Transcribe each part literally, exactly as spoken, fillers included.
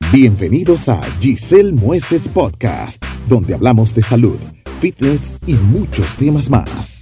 Bienvenidos a Giselle Mueces Podcast, donde hablamos de salud, fitness y muchos temas más.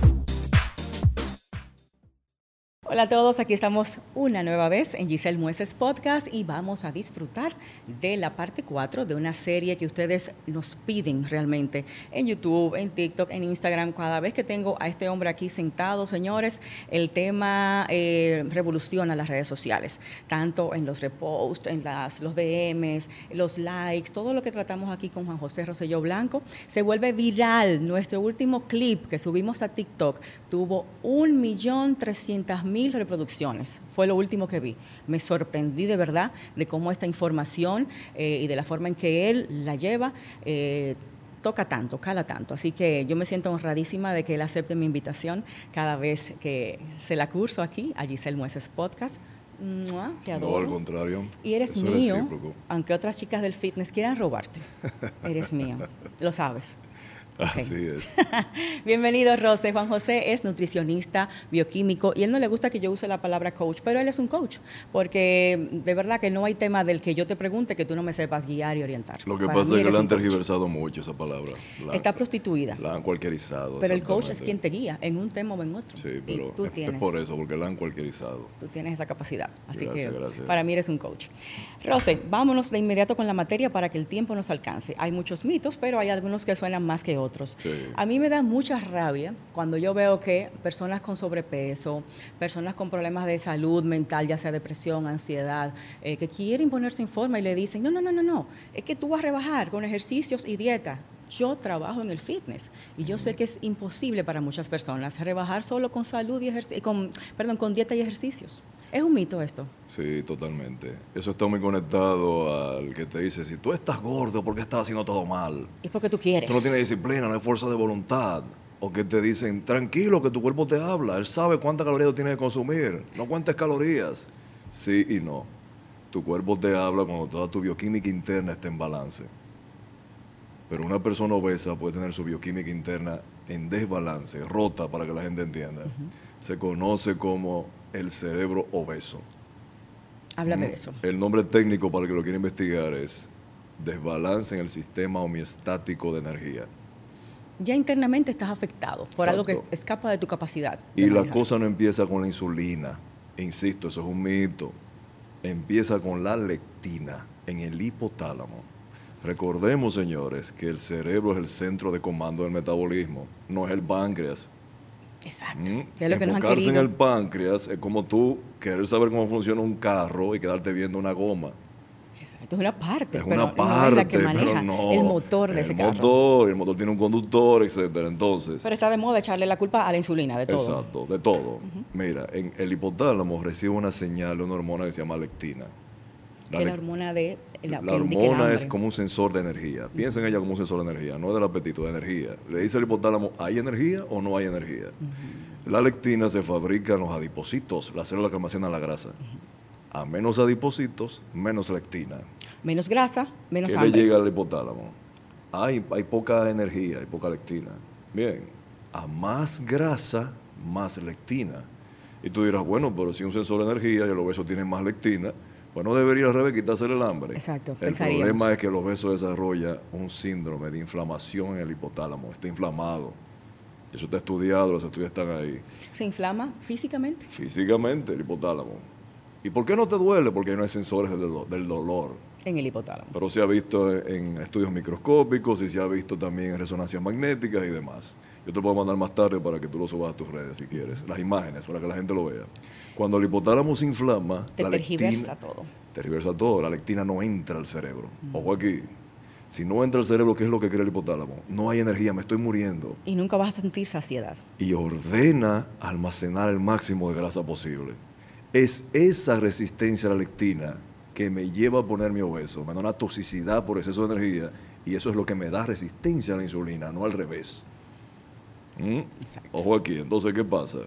Hola a todos, aquí estamos una nueva vez en Giselle Mueces Podcast y vamos a disfrutar de la parte cuatro de una serie que ustedes nos piden realmente en YouTube, en TikTok, en Instagram. Cada vez que tengo a este hombre aquí sentado, señores, el tema eh, revoluciona las redes sociales, tanto en los reposts, en las, los D Ms, los likes, todo lo que tratamos aquí con Juan José Rosselló Blanco se vuelve viral. Nuestro último clip que subimos a TikTok tuvo un millón trescientas mil reproducciones. Fue lo último que vi. Me sorprendí de verdad de cómo esta información eh, y de la forma en que él la lleva eh, toca tanto, cala tanto. Así que yo me siento honradísima de que él acepte mi invitación cada vez que se la curso aquí a Giselle Mueces Podcast. ¡Mua! Te adoro. No, al contrario. Y eres Eso mío, es recíproco. aunque otras chicas del fitness quieran robarte. Eres mío. Lo sabes. Okay. Así es. Bienvenido, Rose. Juan José es nutricionista, bioquímico, y él no le gusta que yo use la palabra coach, pero él es un coach, porque de verdad que no hay tema del que yo te pregunte que tú no me sepas guiar y orientar. Lo que Para pasa mí es que eres la un han coach. tergiversado mucho esa palabra. La, Está prostituida. La han cualquierizado. Pero el coach es exactamente. quien te guía en un tema o en otro. Sí, Y pero tú es, tienes, es por eso, porque la han cualquierizado. tú tienes esa capacidad. Así Gracias, que gracias. para mí eres un coach. Rose, vámonos de inmediato con la materia para que el tiempo nos alcance. Hay muchos mitos, pero hay algunos que suenan más que otros. Sí. A mí me da mucha rabia cuando yo veo que personas con sobrepeso, personas con problemas de salud mental, ya sea depresión, ansiedad, eh, que quieren ponerse en forma y le dicen, no, no, no, no, no, es que tú vas a rebajar con ejercicios y dieta. Yo trabajo en el fitness y yo sé que es imposible para muchas personas rebajar solo con salud y ejercicio, con, perdón, con dieta y ejercicios. ¿Es un mito esto? Sí, totalmente. Eso está muy conectado al que te dice, si tú estás gordo, ¿por qué estás haciendo todo mal? Es porque tú quieres. Tú no tienes disciplina, no hay fuerza de voluntad. O que te dicen, tranquilo, que tu cuerpo te habla. Él sabe cuántas calorías tú tienes que consumir. No cuentes calorías. Sí y no. Tu cuerpo te habla cuando toda tu bioquímica interna está en balance. Pero una persona obesa puede tener su bioquímica interna en desbalance, rota, para que la gente entienda. Uh-huh. Se conoce como el cerebro obeso. Háblame de eso. El nombre técnico para el que lo quiera investigar es desbalance en el sistema homeostático de energía. Ya internamente estás afectado por Exacto. algo que escapa de tu capacidad. Y la manejar. cosa no empieza con la insulina. Insisto, eso es un mito. Empieza con la lectina en el hipotálamo. Recordemos, señores, que el cerebro es el centro de comando del metabolismo, no es el páncreas. Exacto. ¿Mm? Que es lo que nos han Enfocarse en querido. el páncreas es como tú querer saber cómo funciona un carro y quedarte viendo una goma. Exacto, es una parte, Es pero una no parte, es la que maneja pero no. el motor de ese el carro. motor, el motor tiene un conductor, etcétera. Entonces, Pero está de moda echarle la culpa a la insulina, de todo. exacto, de todo. Uh-huh. Mira, en el hipotálamo recibe una señal de una hormona que se llama lectina. La, que la hormona de la, la hormona es como un sensor de energía. Piensa en ella como un sensor de energía, no del apetito, de energía. Le dice al hipotálamo, ¿hay energía o no hay energía? Uh-huh. La lectina se fabrica en los adipocitos, las células que almacenan la grasa. Uh-huh. A menos adipocitos, menos lectina. Menos grasa, menos ¿Qué hambre. le llega al hipotálamo? Hay, hay poca energía, hay poca lectina. Bien, a más grasa, más lectina. Y tú dirás, bueno, pero si un sensor de energía y el obeso tiene más lectina, pues no debería al revés quitarse el hambre. Exacto, el pensaríamos. problema es que el obeso desarrolla un síndrome de inflamación en el hipotálamo. Está inflamado. Eso está estudiado, los estudios están ahí. ¿Se inflama físicamente? Físicamente, el hipotálamo. ¿Y por qué no te duele? Porque no hay sensores del, do- del dolor. En el hipotálamo. Pero se ha visto en estudios microscópicos y se ha visto también en resonancias magnéticas y demás. Yo te puedo mandar más tarde para que tú lo subas a tus redes si quieres, las imágenes para que la gente lo vea. Cuando el hipotálamo se inflama, Te la tergiversa lectina, todo. tergiversa todo, la lectina no entra al cerebro. Mm. Ojo aquí, si no entra al cerebro, ¿qué es lo que crea el hipotálamo? No hay energía, me estoy muriendo. Y nunca vas a sentir saciedad. Y ordena almacenar el máximo de grasa posible. Es esa resistencia a la lectina que me lleva a ponerme obeso, me da una toxicidad por exceso de energía y eso es lo que me da resistencia a la insulina, no al revés. ¿Mm? Ojo aquí, entonces, ¿qué pasa?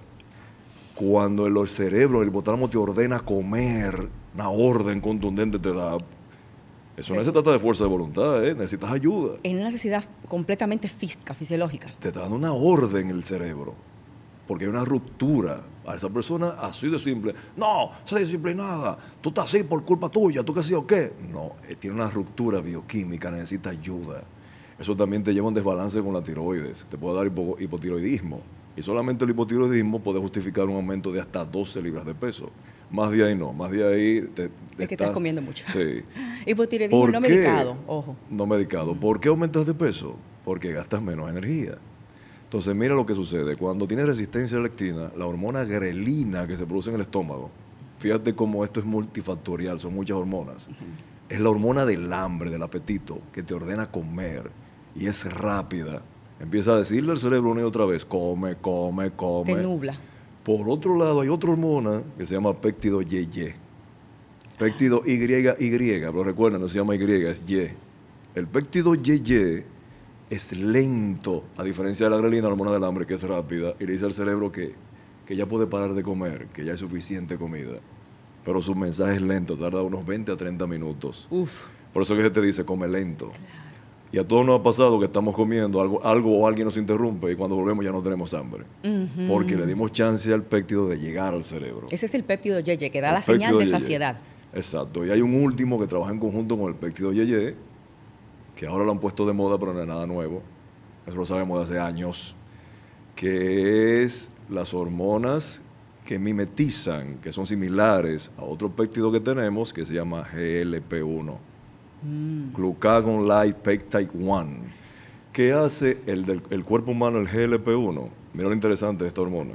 Cuando el cerebro, el hipotálamo te ordena comer, una orden contundente te da, eso no se trata de fuerza de voluntad, ¿eh? Necesitas ayuda. Es una necesidad completamente física, fisiológica. Te está dando una orden el cerebro. porque hay una ruptura. A esa persona así de simple, no, así de simple nada, tú estás así por culpa tuya, tú qué sé o qué. No, eh, tiene una ruptura bioquímica, necesita ayuda. Eso también te lleva a un desbalance con la tiroides, te puede dar hipo, hipotiroidismo. Y solamente el hipotiroidismo puede justificar un aumento de hasta doce libras de peso. Más de ahí no, más de ahí... Te, te es que estás, estás comiendo mucho. Sí. Hipotiroidismo no qué? medicado, ojo. No medicado. ¿Por qué aumentas de peso? Porque gastas menos energía. Entonces, mira lo que sucede. Cuando tienes resistencia a la lectina, la hormona grelina que se produce en el estómago, fíjate cómo esto es multifactorial, son muchas hormonas. Uh-huh. Es la hormona del hambre, del apetito, que te ordena comer y es rápida. Empieza a decirle al cerebro una y otra vez, come, come, come. Te nubla. Por otro lado, hay otra hormona que se llama péptido Y Y. Péptido Y Y, pero recuerden, no se llama Y, es Y. El péptido Y Y es lento, a diferencia de la grelina, la hormona del hambre, que es rápida, y le dice al cerebro que, que ya puede parar de comer, que ya hay suficiente comida. Pero su mensaje es lento, tarda unos veinte a treinta minutos. Uf. Por eso que se te dice, come lento. Claro. Y a todos nos ha pasado que estamos comiendo algo, algo o alguien nos interrumpe y cuando volvemos ya no tenemos hambre. Uh-huh. Porque le dimos chance al péptido de llegar al cerebro. Ese es el péptido Y Y, que da el la señal de saciedad. Exacto. Y hay un último que trabaja en conjunto con el péptido Y Y, que ahora lo han puesto de moda, pero no es nada nuevo. Eso lo sabemos de hace años. Que es las hormonas que mimetizan, que son similares a otro péptido que tenemos, que se llama G L P uno. Mm. Glucagon Light Peptide uno. ¿Qué hace el, del, el cuerpo humano, el G L P uno? Mira lo interesante de esta hormona.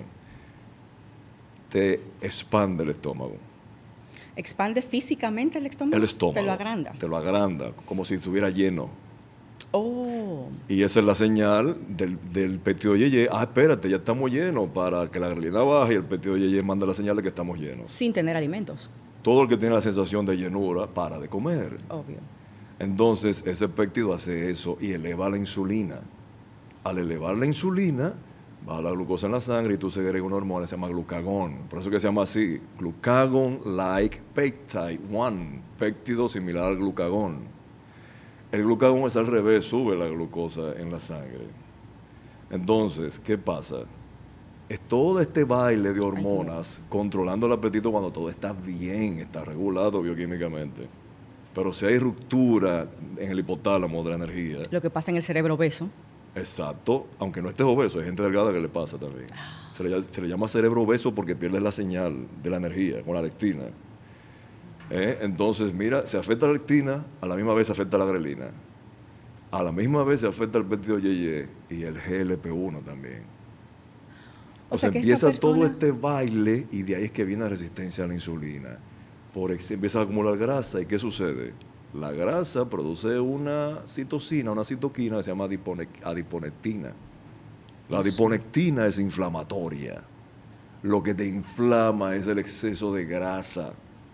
Te expande el estómago. ¿Expande físicamente el estómago? El estómago. Te lo agranda. Te lo agranda, como si estuviera lleno. Oh. Y esa es la señal del, del péptido Y Y. Ah, espérate, ya estamos llenos, para que la grelina baje y el péptido Y Y manda la señal de que estamos llenos. Sin tener alimentos. Todo el que tiene la sensación de llenura para de comer. Obvio. Entonces, ese péptido hace eso y eleva la insulina. Al elevar la insulina, baja la glucosa en la sangre y tú segregas una hormona que se llama glucagón. Por eso que se llama así, glucagon-like peptide uno, péptido similar al glucagón. El glucagón es al revés, sube la glucosa en la sangre. Entonces, ¿qué pasa? Es todo este baile de hormonas controlando el apetito cuando todo está bien, está regulado bioquímicamente. Pero si hay ruptura en el hipotálamo de la energía... Lo que pasa en el cerebro obeso. Exacto, aunque no estés obeso, hay gente delgada que le pasa también. Se le, se le llama cerebro obeso porque pierdes la señal de la energía con la lectina. ¿Eh? Entonces, mira, se afecta la lectina, a la misma vez se afecta la grelina. A la misma vez se afecta el péptido Y Y y el G L P uno también. O, o sea, empieza persona... todo este baile y de ahí es que viene la resistencia a la insulina. Por ex, empieza a acumular grasa y ¿qué sucede? La grasa produce una citocina, una citoquina que se llama adipone, adiponectina. La adiponectina es inflamatoria. Lo que te inflama es el exceso de grasa.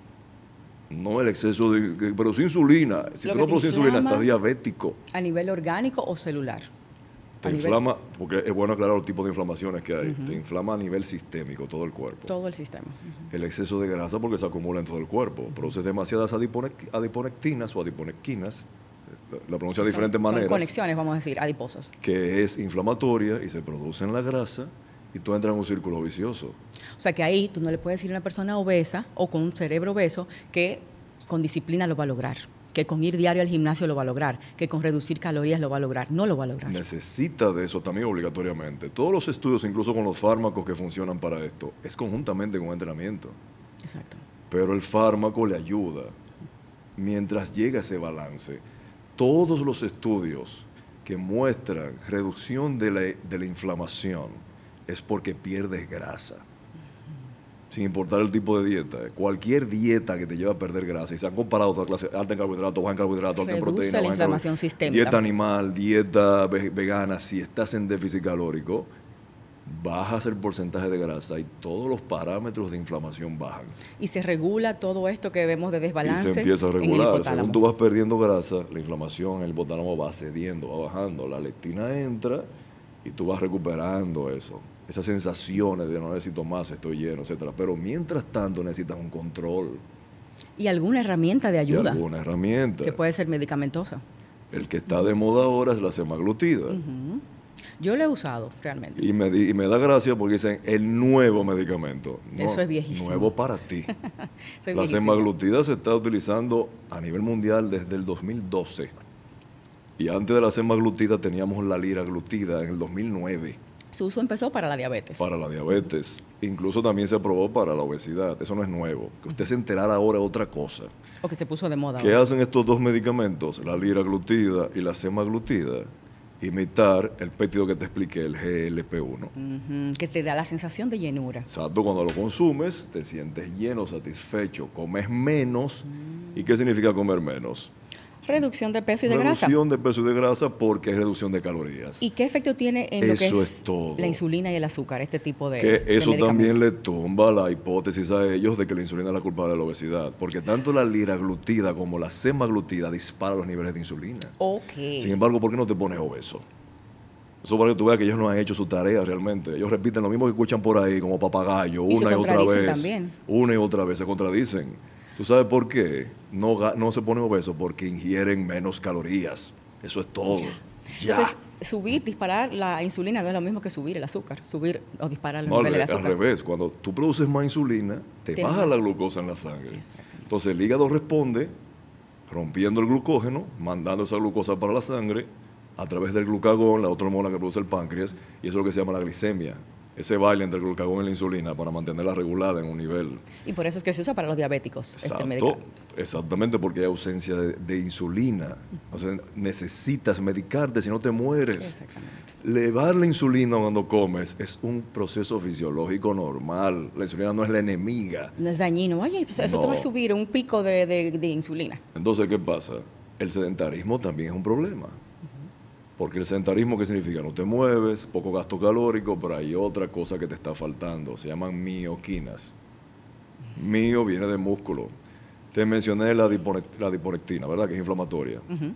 No el exceso de... Que produce insulina. Si tú no produces insulina, estás diabético. ¿A nivel orgánico o celular? Te inflama, nivel... porque es bueno aclarar los tipos de inflamaciones que hay. Uh-huh. Te inflama a nivel sistémico, todo el cuerpo. Todo el sistema. Uh-huh. El exceso de grasa porque se acumula en todo el cuerpo. Uh-huh. Produce demasiadas adipone- adiponectinas o adiponequinas. La pronuncia de diferentes son, maneras. Son conexiones, vamos a decir, adiposas. Que es inflamatoria y se produce en la grasa y tú entras en un círculo vicioso. O sea que ahí tú no le puedes decir a una persona obesa o con un cerebro obeso que con disciplina lo va a lograr, que con ir diario al gimnasio lo va a lograr, que con reducir calorías lo va a lograr. No lo va a lograr. Necesita de eso también obligatoriamente. Todos los estudios, incluso con los fármacos que funcionan para esto, es conjuntamente con entrenamiento. Exacto. Pero el fármaco le ayuda mientras llega ese balance. Todos los estudios que muestran reducción de la, de la inflamación es porque pierdes grasa. Sin importar el tipo de dieta. Cualquier dieta que te lleve a perder grasa, y se han comparado toda clase, alta en carbohidratos, baja en carbohidratos, alta en proteína, reduce la inflamación sistémica. Dieta animal, dieta vegana, si estás en déficit calórico, bajas el porcentaje de grasa y todos los parámetros de inflamación bajan. Y se regula todo esto que vemos de desbalance. Y se empieza a regular. Según tú vas perdiendo grasa, la inflamación en el hipotálamo va cediendo, va bajando. La lectina entra y tú vas recuperando eso. Esas sensaciones de no necesito más, estoy lleno, etcétera. Pero mientras tanto necesitas un control. Y alguna herramienta de ayuda. Y alguna herramienta. Que puede ser medicamentosa. El que está de moda ahora es la semaglutida. Uh-huh. Yo lo he usado realmente. Y me, di- y me da gracia porque dicen el nuevo medicamento. No, Eso es viejísimo. Nuevo para ti. Eso es La viejísimo. semaglutida se está utilizando a nivel mundial desde el dos mil doce. Y antes de la semaglutida teníamos la liraglutida en el dos mil nueve Su uso empezó para la diabetes. para la diabetes. Incluso también se aprobó para la obesidad. Eso no es nuevo. Que usted se enterara ahora es otra cosa. O que se puso de moda. ¿Qué ahora. hacen estos dos medicamentos, la liraglutida y la semaglutida? Imitar el péptido que te expliqué, el G L P uno. Ujú, que te da la sensación de llenura. Exacto, cuando lo consumes te sientes lleno, satisfecho, comes menos. ¿Y qué significa comer menos? Reducción de peso y de grasa. Reducción de peso y de grasa porque es reducción de calorías. ¿Y qué efecto tiene en lo que Eso es, es todo. la insulina y el azúcar, este tipo de Que de eso también medicamentos? le tumba la hipótesis a ellos de que la insulina es la culpable de la obesidad. Porque tanto la liraglutida como la semaglutida disparan los niveles de insulina. Ok. Sin embargo, ¿por qué no te pones obeso? Eso para que tú veas que ellos no han hecho su tarea realmente. Ellos repiten lo mismo que escuchan por ahí, como papagayo, Y se una y otra contradicen vez. también. Una y otra vez se contradicen. ¿Tú sabes por qué? No, ga- no se ponen obesos porque ingieren menos calorías. Eso es todo. Ya. Entonces, subir, disparar la insulina no es lo mismo que subir el azúcar. Subir o disparar los No, al, niveles de re- al azúcar. revés, cuando tú produces más insulina, te Tienes baja más. la glucosa en la sangre. Exactamente. Entonces el hígado responde rompiendo el glucógeno, mandando esa glucosa para la sangre a través del glucagón, la otra hormona que produce el páncreas, y eso es lo que se llama la glicemia. Ese baile entre el glucagón y la insulina para mantenerla regulada en un nivel. Y por eso es que se usa para los diabéticos este Exacto, medicamento. exactamente, porque hay ausencia de, de insulina. O sea, necesitas medicarte si no te mueres. Exactamente. Elevar la insulina cuando comes es un proceso fisiológico normal. La insulina no es la enemiga. No es dañino. Oye, pues eso te va a No. subir un pico de, de- de insulina. Entonces, ¿qué pasa? El sedentarismo también es un problema. Porque el sedentarismo, ¿qué significa? No te mueves, poco gasto calórico, pero hay otra cosa que te está faltando. Se llaman mioquinas. Mio viene de músculo. Te mencioné la, dipone- la diponectina, ¿verdad? Que es inflamatoria. Ujú.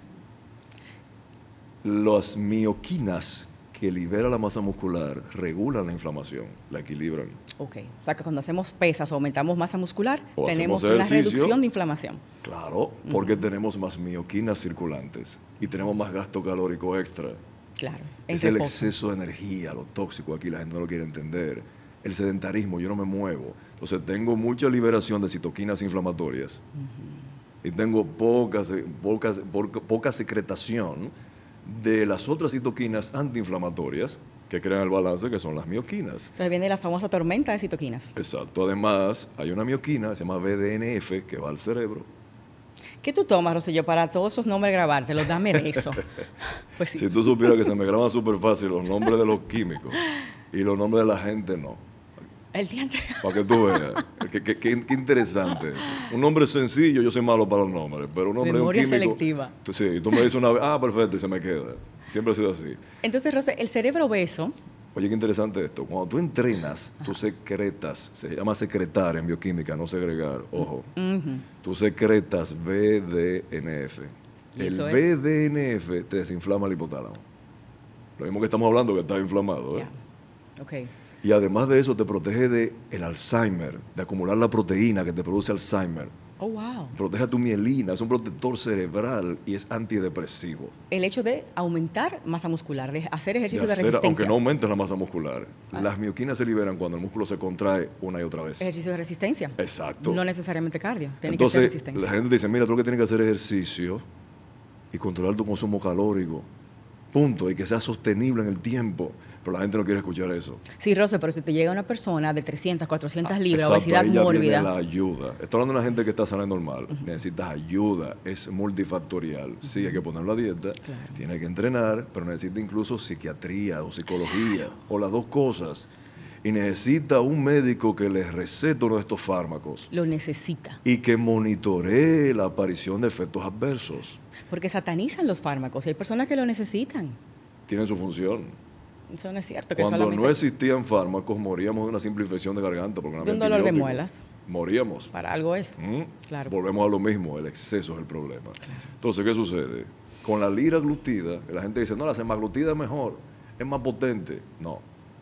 Las mioquinas que libera la masa muscular regulan la inflamación, la equilibran. Ok. O sea que cuando hacemos pesas o aumentamos masa muscular, O tenemos hacemos una ejercicio. reducción de inflamación. Claro, porque tenemos más mioquinas circulantes y tenemos más gasto calórico extra. Claro. Es en el reposo. exceso de energía, lo tóxico, aquí la gente no lo quiere entender. El sedentarismo, yo no me muevo. Entonces tengo mucha liberación de citoquinas inflamatorias y tengo poca, se- poca, poca, poca secretación de las otras citoquinas antiinflamatorias que crean el balance, que son las mioquinas. Entonces viene la famosa tormenta de citoquinas. Exacto. Además, hay una mioquina que se llama B D N F que va al cerebro. ¿Qué tú tomas, Rosselló, para todos esos nombres grabártelos? Dame de eso. Pues sí. Si tú supieras que se me graban súper fácil los nombres de los químicos y los nombres de la gente no. El día antes. Para que tú veas. Qué, qué- qué- qué interesante eso. Un nombre sencillo, yo soy malo para los nombres, pero un nombre de un Memoria químico... selectiva. Tú, sí, tú me dices una vez, ah, perfecto, y se me queda. Siempre ha sido así. Entonces, Rosé, el cerebro obeso, Oye, qué interesante esto. Cuando tú entrenas, tú secretas, se llama secretar en bioquímica, no segregar, ojo. ujú, Tú secretas B D N F. ¿Y El eso es? B D N F te desinflama el hipotálamo. Lo mismo que estamos hablando, que está inflamado. ¿eh? ya. Ok. Y además de eso, te protege de el Alzheimer, de acumular la proteína que te produce Alzheimer. Oh, wow. Protege a tu mielina, es un protector cerebral y es antidepresivo. El hecho de aumentar masa muscular, de hacer ejercicio De de, hacer- resistencia. aunque no aumentes la masa muscular, Ah. las mioquinas se liberan cuando el músculo se contrae una y otra vez. Ejercicio de resistencia. Exacto. No necesariamente cardio. Tiene Entonces, que ser resistencia. la gente te dice, mira, tú lo que tienes que hacer ejercicio y controlar tu consumo calórico. Punto. Y que sea sostenible en el tiempo. Pero la gente no quiere escuchar eso. Sí, Rose, pero si te llega una persona de trescientas, cuatrocientas libras, Exacto, obesidad ahí ya viene mórbida. la ayuda. Estoy hablando de una gente que está saliendo normal. Necesitas ayuda. Es multifactorial. Sí, hay que ponerlo a dieta. Claro. Tiene que entrenar, pero necesita incluso psiquiatría o psicología. O las dos cosas. Y necesita un médico que les recete uno de estos fármacos. Lo necesita. Y que monitoree la aparición de efectos adversos. Porque satanizan los fármacos y hay personas que lo necesitan. Tienen su función. Eso no es cierto. Que Cuando solamente no existían fármacos, moríamos de una simple infección de garganta. Porque no de un había dolor de antibióticos. muelas. Moríamos. Para algo es. ¿Mm? Claro. Volvemos a lo mismo, el exceso es el problema. Entonces, ¿qué sucede? Con la liraglutida, la gente dice, no, la semaglutida es mejor, es más potente. No.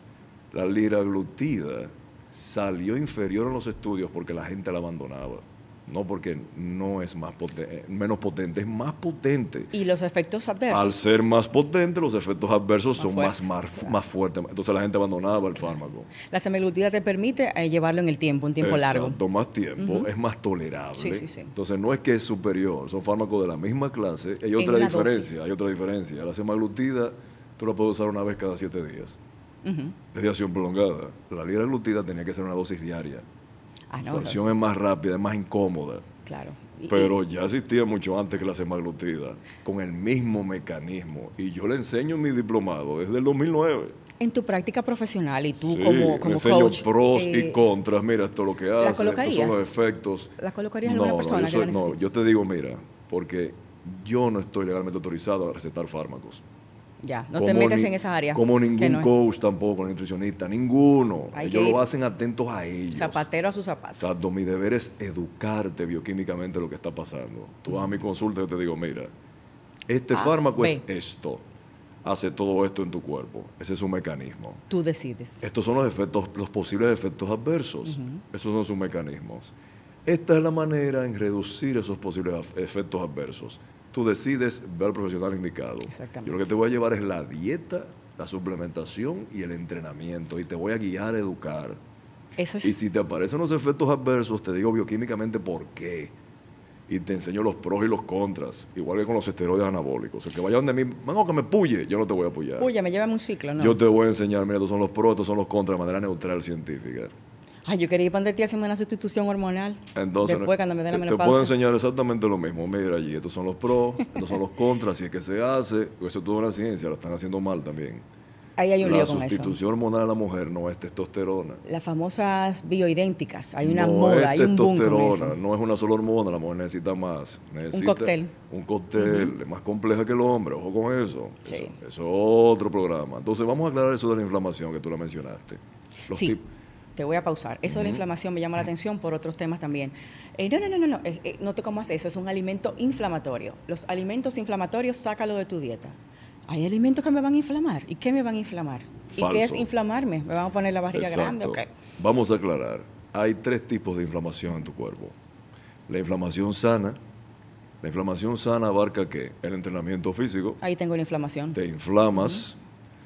La liraglutida salió inferior en los estudios porque la gente la abandonaba. No porque no es más potente, menos potente, es más potente. ¿Y los efectos adversos? Al ser más potente, los efectos adversos Más son fuertes, más, más, claro. más fuertes. Entonces la gente abandonaba el fármaco. La semaglutida te permite eh, llevarlo en el tiempo, un tiempo largo. Exacto, más tiempo, Ujú. es más tolerable. Sí, sí, sí. Entonces no es que es superior, son fármacos de la misma clase. Hay En otra una diferencia, dosis. hay otra diferencia. La semaglutida tú la puedes usar una vez cada siete días. Ujú. Es de acción prolongada. La liraglutida tenía que ser una dosis diaria. Ah, Su no, acción es más rápida, es más incómoda. claro. Y- Pero y- ya existía mucho antes que la semaglutida, con el mismo mecanismo. Y yo le enseño en mi diplomado desde el dos mil nueve. en tu práctica profesional y tú Sí, como, le como enseño coach, pros eh, y contras. Mira, esto es lo que hace, estos son colocarías? los efectos. ¿la colocarías a No, alguna no, persona yo que soy- la no, necesite? yo te digo, mira, porque yo no estoy legalmente autorizado a recetar fármacos. Ya, no Como te metas ni- en esa área. Como que ningún no es. coach tampoco, nutricionista, ninguno. Hay Ellos que ir lo hacen atentos a ellos. Zapatero a sus zapatos. Exacto, mi deber es educarte bioquímicamente lo que está pasando. Tú vas a mi consulta y yo te digo, mira, este A, fármaco B. es esto, hace todo esto en tu cuerpo. Ese es su mecanismo. Tú decides. Estos son los efectos, los posibles efectos adversos. Esos son sus mecanismos. Esta es la manera en reducir esos posibles af- efectos adversos. Tú decides ver al profesional indicado. Exactamente. Yo lo que te voy a llevar es la dieta, la suplementación y el entrenamiento. Y te voy a guiar a educar. Eso es. Y si te aparecen los efectos adversos, te digo bioquímicamente por qué. Y te enseño los pros y los contras. Igual que con los esteroides anabólicos. El que vaya donde mí, vengo que me puye, yo no te voy a apoyar. Puya, me llévame un ciclo, ¿no? Yo te voy a enseñar, mira, estos son los pros, estos son los contras de manera neutral científica. Ay, yo quería ir para ti a hacerme una sustitución hormonal. Entonces, Después, cuando me dé la te, te menopausia. puedo enseñar exactamente lo mismo. Mira allí, estos son los pros, estos son los contras, si es que se hace. Eso es toda una ciencia, lo están haciendo mal también. Ahí hay un La lío con eso. sustitución hormonal a la mujer no es testosterona. Las famosas bioidénticas. Hay una no moda, es hay un boom con testosterona, eso. no es una sola hormona, la mujer necesita más. Necesita cóctel. Un cóctel, es más compleja que el hombre, ojo con eso. Sí. Eso, eso es otro programa. Entonces vamos a aclarar eso de la inflamación que tú la mencionaste. Los Sí, tip- te voy a pausar. Eso de la inflamación me llama la atención por otros temas también. Eh, no, no, no, no, no, eh, eh, no te comas eso, es un alimento inflamatorio. Los alimentos inflamatorios, sácalo de tu dieta. Hay alimentos que me van a inflamar. ¿Y qué me van a inflamar? ¿Y qué es Falso. inflamarme? ¿Me van a poner la barriga grande o qué? Vamos a aclarar. Hay tres tipos de inflamación en tu cuerpo. La inflamación sana. La inflamación sana abarca ¿qué? El entrenamiento físico. Ahí tengo la inflamación. Te inflamas.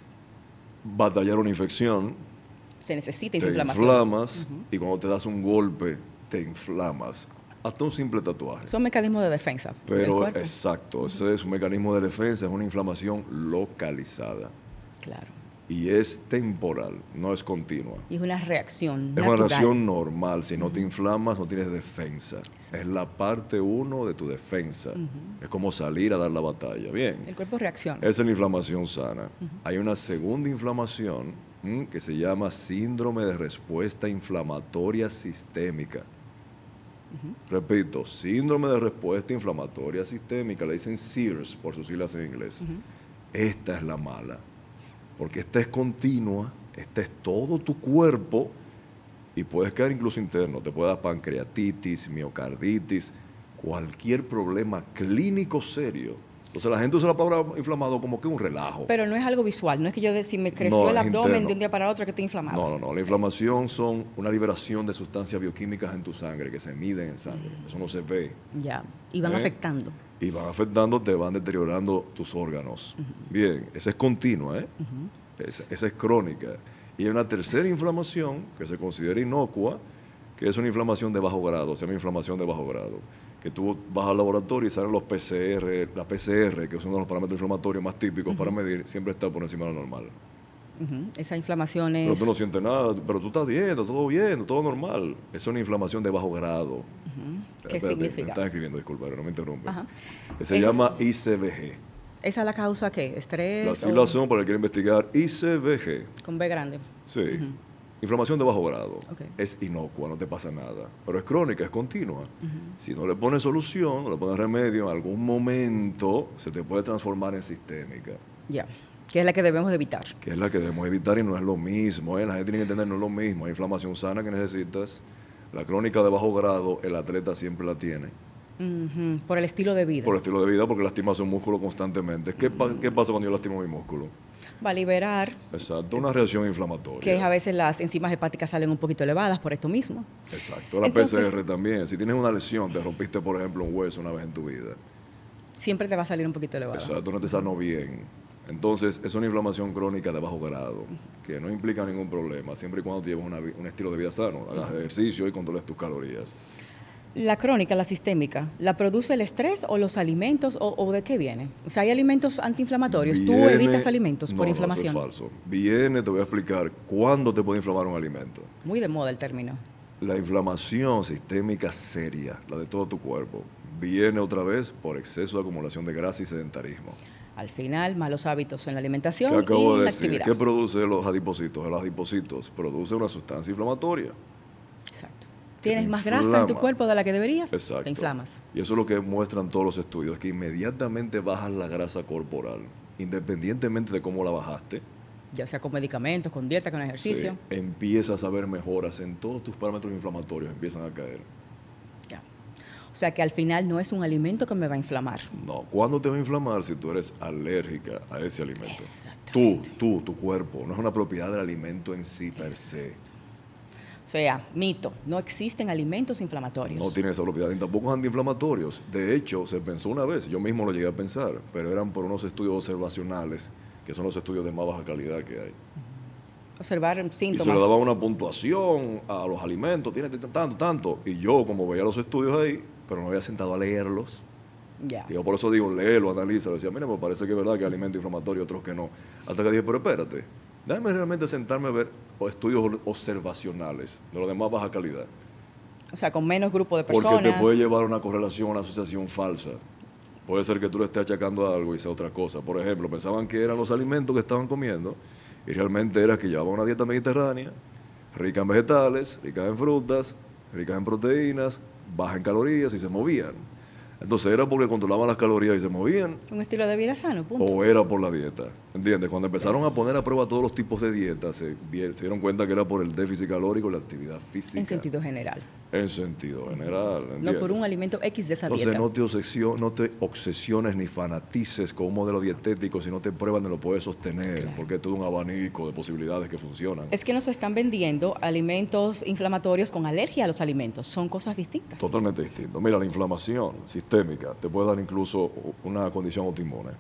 Batallar una infección. Se necesita esa Te inflamación. inflamas. Y cuando te das un golpe, te inflamas. Hasta un simple tatuaje. Son mecanismos de defensa del Pero cuerpo. exacto, ese es un mecanismo de defensa, es una inflamación localizada. Claro. Y es temporal, no es continua. Y es una reacción Es natural. una reacción normal. Si no te inflamas, no tienes defensa. Es la parte uno de tu defensa. Es como salir a dar la batalla. Bien. El cuerpo reacciona. Esa es la inflamación sana. Hay una segunda inflamación ¿m? que se llama síndrome de respuesta inflamatoria sistémica. Repito, síndrome de respuesta inflamatoria sistémica. Le dicen S I R S por sus siglas en inglés. Esta es la mala. Porque esta es continua, esta es todo tu cuerpo y puedes quedar incluso interno. Te puede dar pancreatitis, miocarditis, cualquier problema clínico serio. Entonces la gente usa la palabra inflamado como que un relajo. Pero no es algo visual. No es que yo de, si me creció No, el es abdomen interno. de un día para otro que estoy inflamado. No, no, no. La inflamación son una liberación de sustancias bioquímicas en tu sangre que se miden en sangre. Eso no se ve. Ya. Y van ¿Eh? afectando. Y van afectando, te van deteriorando tus órganos. Bien, esa es continua, ¿eh? esa, esa es crónica. Y hay una tercera inflamación que se considera inocua, que es una inflamación de bajo grado, se llama inflamación de bajo grado. Que tú vas al laboratorio y salen los P C R, la P C R, que es uno de los parámetros inflamatorios más típicos para medir, siempre está por encima de lo normal. Ujú. Esa inflamación es... Pero tú no sientes nada, pero tú estás viendo, todo bien, todo normal. Es una inflamación de bajo grado. ¿Qué Espérate, significa? Me estás escribiendo, disculpa, pero no me interrumpe. Ajá. Se Esa llama I C V G. ¿Esa es la causa qué? ¿Estrés? Las o siglas son, para el que quiera investigar, I C V G. Con B grande. Sí. Inflamación de bajo grado. Ok. Es inocua, no te pasa nada. Pero es crónica, es continua. Si no le pones solución, no le pones remedio, en algún momento se te puede transformar en sistémica, Ya. Que es la que debemos de evitar. que es la que debemos evitar y no es lo mismo. ¿eh? La gente tiene que entender, no es lo mismo. Hay inflamación sana que necesitas. La crónica de bajo grado, el atleta siempre la tiene. Uh-huh. Por el estilo de vida. Por el estilo de vida, porque lastimas un músculo constantemente. ¿Qué, pa- qué pasa cuando yo lastimo mi músculo? Va a liberar. Exacto, una reacción inflamatoria. Que a veces las enzimas hepáticas salen un poquito elevadas por esto mismo. Exacto, la Entonces, P C R también. Si tienes una lesión, te rompiste, por ejemplo, un hueso una vez en tu vida. Siempre te va a salir un poquito elevada. Exacto, no te sanó bien. Entonces, es una inflamación crónica de bajo grado, que no implica ningún problema, siempre y cuando tú lleves una vi- un estilo de vida sano, hagas ejercicio y controles tus calorías. La crónica, la sistémica, ¿la produce el estrés o los alimentos o, o de qué viene? O sea, ¿hay alimentos antiinflamatorios? ¿Tú Viene- evitas alimentos no, por no, inflamación? eso es falso. Viene, te voy a explicar cuándo te puede inflamar un alimento. Muy de moda el término. La inflamación sistémica seria, la de todo tu cuerpo, viene otra vez por exceso de acumulación de grasa y sedentarismo. Al final, malos hábitos en la ¿Qué alimentación acabo y de la decir? actividad. ¿Qué produce los adipocitos? Los adipocitos producen una sustancia inflamatoria. Exacto. que Tienes te más grasa en tu inflama. cuerpo de la que deberías, Exacto. te inflamas. Y eso es lo que muestran todos los estudios, que inmediatamente bajas la grasa corporal, independientemente de cómo la bajaste, Ya sea con medicamentos, con dieta, con ejercicio. sí, empiezas a ver mejoras en todos tus parámetros inflamatorios, empiezan a caer. Ya. O sea que al final no es un alimento que me va a inflamar. No, ¿cuándo te va a inflamar? Si tú eres alérgica a ese alimento. Tú, Exactamente. tú, tu cuerpo, no es una propiedad del alimento en sí per se. O sea, mito, no existen alimentos inflamatorios. No tiene esa propiedad, ni tampoco antiinflamatorios. De hecho, se pensó una vez, yo mismo lo llegué a pensar, pero eran por unos estudios observacionales, que son los estudios de más baja calidad que hay. Observar Y síntomas. se le daba una puntuación a los alimentos, tiene tanto, tanto. Y yo, como veía los estudios ahí, pero no había sentado a leerlos. Ya. Y yo por eso digo, léelo, analízalo. Decía, mira, me parece que es verdad que hay alimentos inflamatorios, otros que no. Hasta que dije, pero espérate, déjame realmente sentarme a ver estudios observacionales de los de más baja calidad. O sea, con menos grupo de personas. Porque te puede llevar a una correlación, a una asociación falsa. Puede ser que tú le estés achacando a algo y sea otra cosa. Por ejemplo, pensaban que eran los alimentos que estaban comiendo y realmente era que llevaban una dieta mediterránea, rica en vegetales, rica en frutas, rica en proteínas, baja en calorías y se movían. Entonces era porque controlaban las calorías y se movían, Un estilo de vida sano, punto. o era por la dieta. ¿Entiendes? Cuando empezaron a poner a prueba todos los tipos de dietas, se, vi- se dieron cuenta que era por el déficit calórico y la actividad física. En sentido general. En sentido general. No ¿entiendes? por un alimento X de esa Entonces dieta. no te, obsesio- no te obsesiones ni fanatices con un modelo dietético si no te prueban ni lo puedes sostener, Claro. porque es todo un abanico de posibilidades que funcionan. Es que nos están vendiendo alimentos inflamatorios con alergia a los alimentos. Son cosas distintas. Totalmente distinto. Mira, la inflamación sistémica te puede dar incluso una condición autoinmune.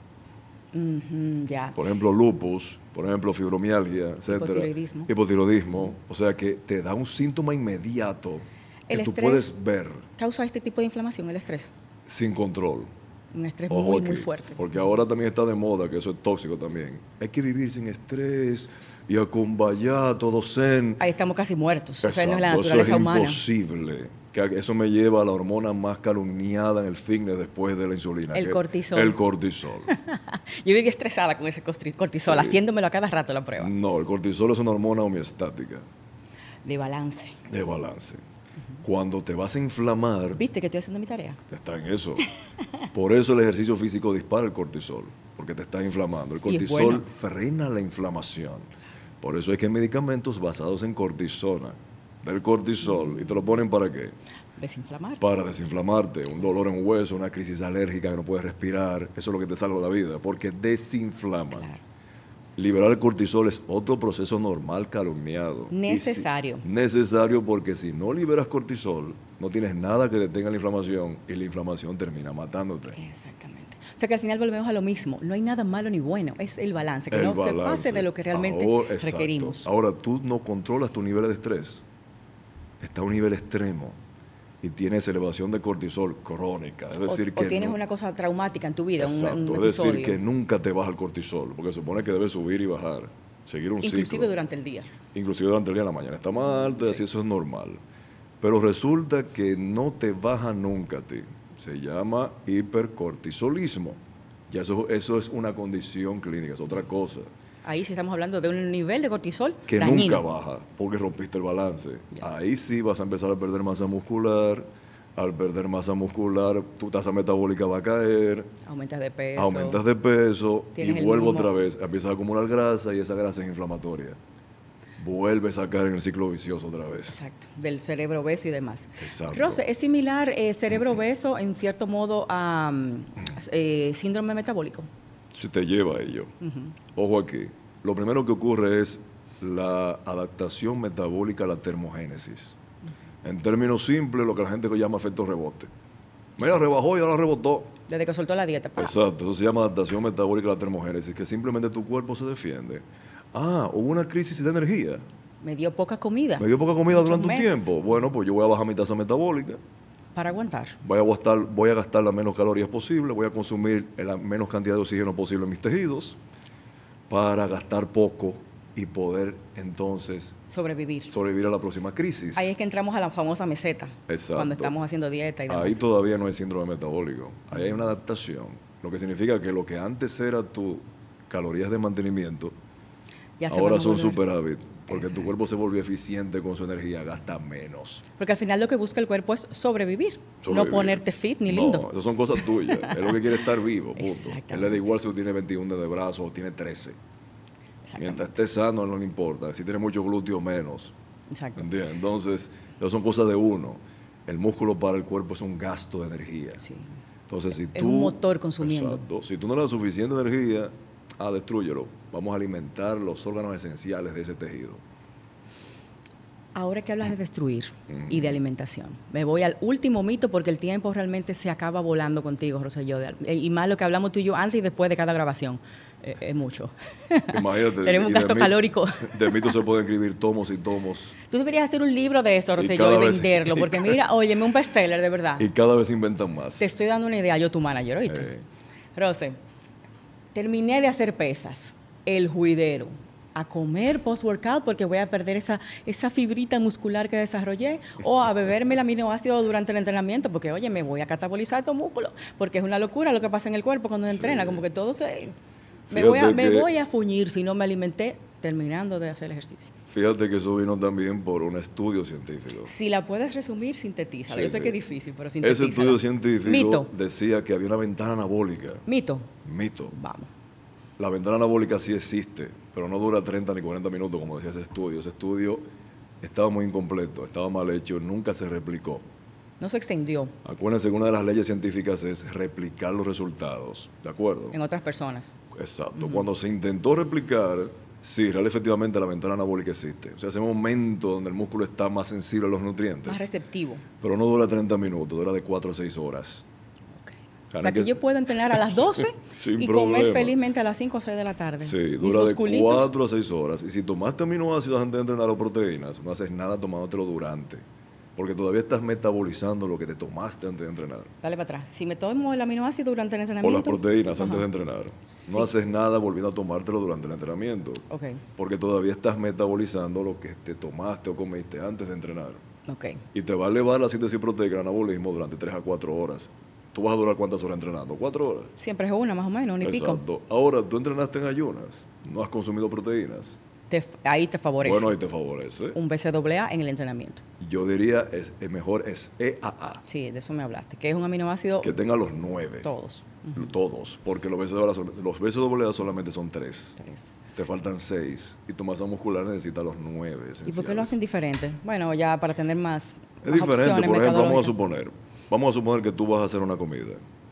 Ujú, ya. Por ejemplo, lupus, por ejemplo, fibromialgia, etcétera. Hipotiroidismo. Hipotiroidismo. O sea que te da un síntoma inmediato que El tú estrés puedes ver Causa este tipo de inflamación, el estrés. sin control. Un estrés Ojo muy, aquí, muy fuerte. Porque ahora también está de moda, que eso es tóxico también. Hay que vivir sin estrés y a kumbaya, todo zen. Ahí estamos casi muertos. O sea, no es la Exacto, eso naturaleza es humana. imposible. Que eso me lleva a la hormona más calumniada en el fitness después de la insulina. El que- cortisol. El cortisol. Yo viví estresada con ese costri- cortisol, Sí. haciéndomelo a cada rato la prueba. No, el cortisol es una hormona homeostática, De balance. de balance. Cuando te vas a inflamar, ¿Viste que estoy haciendo mi tarea? está en eso. Por eso el ejercicio físico dispara el cortisol, porque te está inflamando. El Y es cortisol bueno. frena la inflamación. Por eso es que hay medicamentos basados en cortisona, del cortisol. ¿Y te lo ponen para qué? Desinflamar. Para desinflamarte. Un dolor en un hueso, una crisis alérgica que no puedes respirar. Eso es lo que te salva la vida, porque desinflama. Claro. Liberar el cortisol es otro proceso normal calumniado. Necesario. Y si- necesario porque si no liberas cortisol, no tienes nada que detenga la inflamación y la inflamación termina matándote. Exactamente. O sea que al final volvemos a lo mismo. No hay nada malo ni bueno. Es el balance. Que El no se balance. pase de lo que realmente Ahora- exacto. requerimos. Ahora, tú no controlas tu nivel de estrés. Está a un nivel extremo y tienes elevación de cortisol crónica. Es O, decir, o que tienes no- una cosa traumática en tu vida, un, Exacto, un es decir, episodio. que nunca te baja el cortisol, porque se supone que debe subir y bajar, seguir un Inclusive ciclo. durante el día. Inclusive durante el día, en la mañana está más alto, y Sí. así eso es normal. Pero resulta que no te baja nunca a ti. Se llama hipercortisolismo. Ya eso, eso es una condición clínica, es otra cosa. Ahí sí estamos hablando de un nivel de cortisol Que dañino. nunca baja, porque rompiste el balance. Ahí sí vas a empezar a perder masa muscular. Al perder masa muscular, tu tasa metabólica va a caer. Aumentas de peso. Aumentas de peso y Tienes el vuelvo mismo- otra vez. Empiezas a acumular grasa y esa grasa es inflamatoria. vuelves a caer en el ciclo vicioso otra vez. Exacto, del cerebro obeso y demás. Exacto. Rose, ¿es similar eh, cerebro obeso en cierto modo a um, eh, síndrome metabólico? Si te lleva a ello. Uh-huh. Ojo aquí, lo primero que ocurre es la adaptación metabólica a la termogénesis. Uh-huh. En términos simples, lo que la gente llama efecto rebote. Mira, exacto, rebajó y ahora rebotó. Desde que soltó la dieta. ¡Pah! Exacto, eso se llama adaptación metabólica a la termogénesis, que simplemente tu cuerpo se defiende. Ah, hubo una crisis de energía. Me dio poca comida. Me dio poca comida Muchos durante meses. un tiempo. Bueno, pues yo voy a bajar mi tasa metabólica. Para aguantar. Voy a gastar, voy a gastar las menos calorías posible, voy a consumir la menos cantidad de oxígeno posible en mis tejidos para gastar poco y poder entonces sobrevivir. sobrevivir a la próxima crisis. Ahí es que entramos a la famosa meseta. Exacto. Cuando estamos haciendo dieta y demás. Ahí todavía no hay síndrome metabólico. Ahí hay una adaptación. Lo que significa que lo que antes era tu calorías de mantenimiento, ya ahora son superávit. Porque exacto, tu cuerpo se volvió eficiente con su energía, gasta menos. Porque al final lo que busca el cuerpo es sobrevivir, sobrevivir. No ponerte fit ni lindo. No, esas son cosas tuyas. Es lo que quiere estar vivo, punto. Él le da igual si tú tienes veintiuno de brazos o tienes trece. Mientras estés sano, no le importa. Si tienes mucho glúteo, menos. Exacto. ¿Entiendes? Entonces, esas son cosas de uno. El músculo para el cuerpo es un gasto de energía. Sí. Entonces, si es tú... un motor consumiendo. Exacto. Si tú no le das suficiente energía, ah, destrúyelo. Vamos a alimentar los órganos esenciales de ese tejido. Ahora que hablas de destruir uh-huh. y de alimentación, me voy al último mito porque el tiempo realmente se acaba volando contigo, Rosselló. Y más lo que hablamos tú y yo antes y después de cada grabación. Eh, es mucho. Imagínate. Tenemos un gasto de calórico. De mito se pueden escribir tomos y tomos. Tú deberías hacer un libro de esto, Rosselló, y, y venderlo. Vez, porque mira, óyeme, un bestseller, de verdad. Y cada vez inventan más. Te estoy dando una idea, yo tu manager, ¿oíste? Eh. Rose, terminé de hacer pesas. El juidero. A comer post-workout porque voy a perder esa, esa fibrita muscular que desarrollé, o a beberme el aminoácido durante el entrenamiento porque, oye, me voy a catabolizar estos músculos, porque es una locura lo que pasa en el cuerpo cuando uno sí. entrena, como que todo se... Me voy, a, me voy a fuñir si no me alimenté terminando de hacer el ejercicio. Fíjate que eso vino también por un estudio científico. Si la puedes resumir, sintetízala. Sí, Yo sé sí. que es difícil, pero Ese sintetízala. estudio científico Mito. decía que había una ventana anabólica. Mito. Mito. Vamos. La ventana anabólica sí existe, pero no dura treinta ni cuarenta minutos, como decía ese estudio. Ese estudio estaba muy incompleto, estaba mal hecho, nunca se replicó. No se extendió. Acuérdense que una de las leyes científicas es replicar los resultados, ¿de acuerdo? En otras personas. Exacto. Uh-huh. Cuando se intentó replicar, sí, real efectivamente la ventana anabólica existe. O sea, ese momento donde el músculo está más sensible a los nutrientes. Más receptivo. Pero no dura treinta minutos, dura de cuatro a seis horas. O sea, que, que yo puedo entrenar a las doce y problema. comer felizmente a las cinco o seis de la tarde. Sí, dura de cuatro a seis horas. Y si tomaste aminoácidos antes de entrenar o proteínas, no haces nada tomándotelo durante. Porque todavía estás metabolizando lo que te tomaste antes de entrenar. Dale para atrás. Si me tomo el aminoácido durante el entrenamiento... O las proteínas antes Ajá. de entrenar. Sí. No haces nada volviendo a tomártelo durante el entrenamiento. Okay. Porque todavía estás metabolizando lo que te tomaste o comiste antes de entrenar. Okay. Y te va a elevar la síntesis proteica el anabolismo durante tres a cuatro horas. ¿Tú vas a durar cuántas horas entrenando? ¿Cuatro horas? Siempre es una, más o menos, un y pico. Exacto. Ahora, tú entrenaste en ayunas, no has consumido proteínas. Te, ahí te favorece. Bueno, ahí te favorece. Un B C A A en el entrenamiento. Yo diría, es, es mejor es E A A. Sí, de eso me hablaste. Que es un aminoácido... Que tenga los nueve. Todos. Uh-huh. Todos. Porque los B C A A, los B C A A solamente son tres. Tres. Te faltan seis. Y tu masa muscular necesita los nueve. ¿Y por qué lo hacen diferente? Bueno, ya para tener más Es más diferente. Por ejemplo, vamos a suponer... Vamos a suponer que tú vas a hacer una comida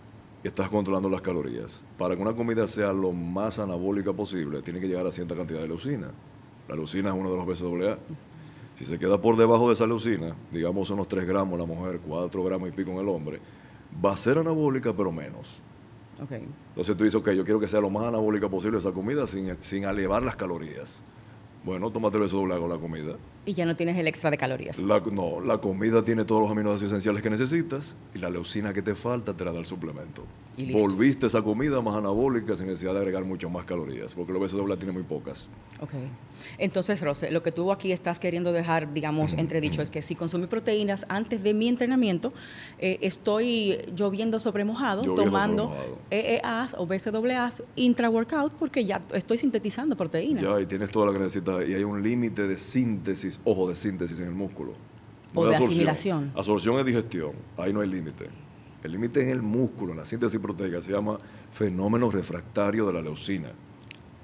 y estás controlando las calorías. Para que una comida sea lo más anabólica posible, tiene que llegar a cierta cantidad de leucina. La leucina es uno de los B C A A. Si se queda por debajo de esa leucina, digamos unos tres gramos la mujer, cuatro gramos y pico en el hombre, va a ser anabólica, pero menos. Okay. Entonces tú dices, ok, yo quiero que sea lo más anabólica posible esa comida sin, sin elevar las calorías. Bueno, tómate el B C A A con la comida. Y ya no tienes el extra de calorías. La, no, la comida tiene todos los aminoácidos esenciales que necesitas y la leucina que te falta te la da el suplemento. Y listo. Volviste esa comida más anabólica sin necesidad de agregar mucho más calorías, porque el B C A A tiene muy pocas. Ok. Entonces, Rose, lo que tú aquí estás queriendo dejar, digamos, mm, entredicho mm. es que si consumí proteínas antes de mi entrenamiento, eh, estoy lloviendo sobre mojado, lloviendo tomando sobre mojado. E E A o B C A A intra-workout porque ya estoy sintetizando proteínas. Ya, y tienes todo lo que necesitas. Y hay un límite de síntesis, ojo, de síntesis en el músculo. No o de, de absorción. asimilación. Absorción es digestión, ahí no hay límite. El límite es en el músculo, en la síntesis proteica, se llama fenómeno refractario de la leucina.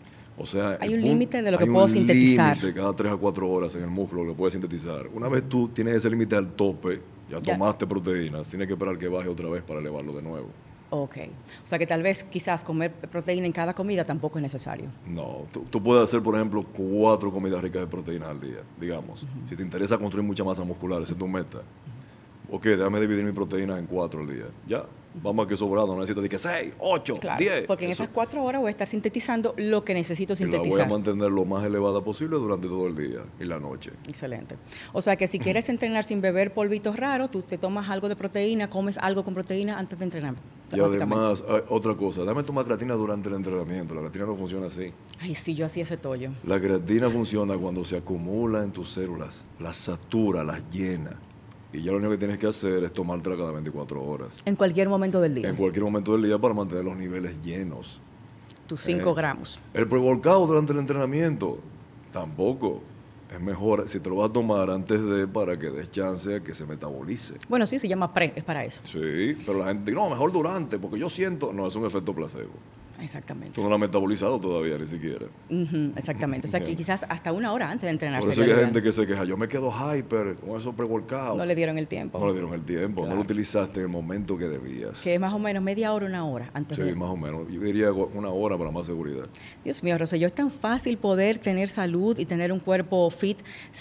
O sea, hay el un pun- límite de lo que hay un puedo sintetizar. límite cada tres a cuatro horas en el músculo que puedes sintetizar. Una vez tú tienes ese límite al tope, ya, Ya. tomaste proteínas, tienes que esperar que baje otra vez para elevarlo de nuevo. Ok. O sea que tal vez quizás comer proteína en cada comida tampoco es necesario. No, tú, tú puedes hacer, por ejemplo, cuatro comidas ricas de proteínas al día, digamos. Uh-huh. Si te interesa construir mucha masa muscular, esa es tu meta. Uh-huh. Ok, déjame dividir mi proteína en cuatro al día. Ya, vamos a que sobrado, no necesitas de que seis, ocho, claro, diez. porque en Eso, esas cuatro horas voy a estar sintetizando lo que necesito y la sintetizar. voy a mantener lo más elevada posible durante todo el día y la noche. Excelente. O sea que si quieres entrenar sin beber polvitos raros, tú te tomas algo de proteína, comes algo con proteína antes de entrenar. Y además, hay otra cosa, dame tomar creatina durante el entrenamiento. La creatina no funciona así. Ay, sí, yo hacía ese tollo. La creatina funciona cuando se acumula en tus células, las satura, las llena. Y ya lo único que tienes que hacer es tomártela cada veinticuatro horas. En cualquier momento del día. En cualquier momento del día para mantener los niveles llenos. Tus cinco eh, gramos. El pre-workout durante el entrenamiento, tampoco. Es mejor si te lo vas a tomar antes de, para que des chance a que se metabolice. Bueno, sí, se llama pre, es para eso. Sí, pero la gente dice, no, mejor durante, porque yo siento, no, es un efecto placebo. Exactamente. Tú no lo has metabolizado todavía, ni siquiera. Uh-huh, exactamente. O sea, que quizás hasta una hora antes de entrenar. Por eso hay gente que se queja, yo me quedo hyper con esos pre-workout. No le dieron el tiempo. No le dieron el tiempo, claro. No lo utilizaste en el momento que debías. Que es más o menos media hora, una hora antes sí, de... Sí, más o menos. Yo diría una hora para más seguridad. Dios mío, Rosselló, es tan fácil poder tener salud y tener un cuerpo fit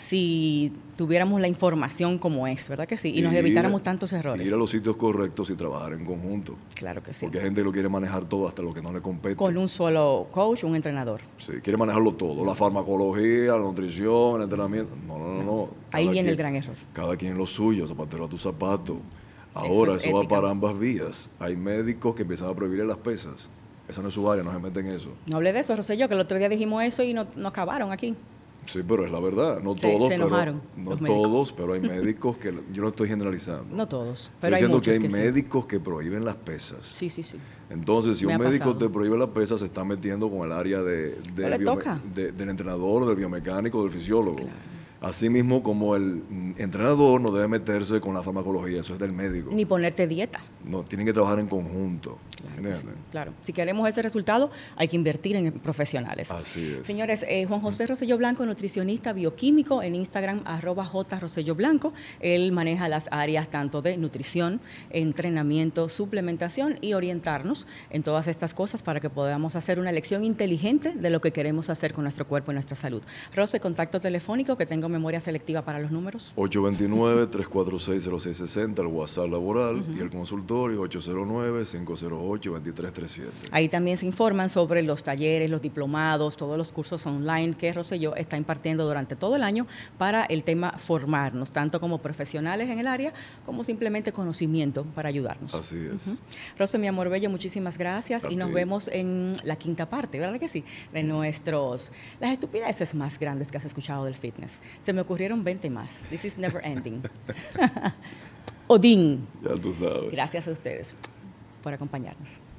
si tuviéramos la información como es, ¿verdad que sí? Y, y nos evitáramos tantos errores. Ir a los sitios correctos y trabajar en conjunto. Claro que sí. Porque hay gente que lo quiere manejar todo hasta lo que no le compete. Con un solo coach, un entrenador. Sí, quiere manejarlo todo. La farmacología, la nutrición, el entrenamiento. No, no, no. no. Ahí viene quien, el gran error. Cada quien lo suyo, zapatero a tu zapato. Ahora, eso, eso va para ambas vías. Hay médicos que empiezan a prohibirle las pesas. Esa no es su área, no se meten en eso. No hablé de eso, Rosselló, que el otro día dijimos eso y nos no acabaron aquí. Sí, pero es la verdad. No se, todos, se enojaron, pero, no todos, pero hay médicos que... Yo no estoy generalizando. No todos, estoy pero hay diciendo muchos que hay que médicos sí. que prohíben las pesas. Sí, sí, sí. Entonces, si Me un médico pasado. te prohíbe las pesas, se está metiendo con el área de, de no le biome- toca. de, del entrenador, del biomecánico, del fisiólogo. Claro. Asimismo, como el entrenador no debe meterse con la farmacología, eso es del médico. Ni ponerte dieta. No, tienen que trabajar en conjunto. Claro, sí, claro. Si queremos ese resultado, hay que invertir en profesionales. Así es. Señores, eh, Juan José Rosselló Blanco, nutricionista bioquímico, en Instagram, arroba J Rosselló Blanco. Él maneja las áreas tanto de nutrición, entrenamiento, suplementación y orientarnos en todas estas cosas para que podamos hacer una elección inteligente de lo que queremos hacer con nuestro cuerpo y nuestra salud. Rose, contacto telefónico, que tengo memoria selectiva para los números. ocho dos nueve, tres cuatro seis, cero seis seis cero, el WhatsApp laboral, uh-huh. y el consultorio ocho cero nueve, cinco cero ocho, dos tres tres siete. Ahí también se informan sobre los talleres, los diplomados, todos los cursos online que Rosselló está impartiendo durante todo el año para el tema formarnos, tanto como profesionales en el área, como simplemente conocimiento para ayudarnos. Así es. Uh-huh. Rose, mi amor bello, muchísimas gracias. A y nos ti. vemos en la quinta parte, ¿verdad que sí? De nuestros, las estupideces más grandes que has escuchado del fitness. Se me ocurrieron veinte más. This is never ending. Odín. Ya tú sabes. Gracias a ustedes por acompañarnos.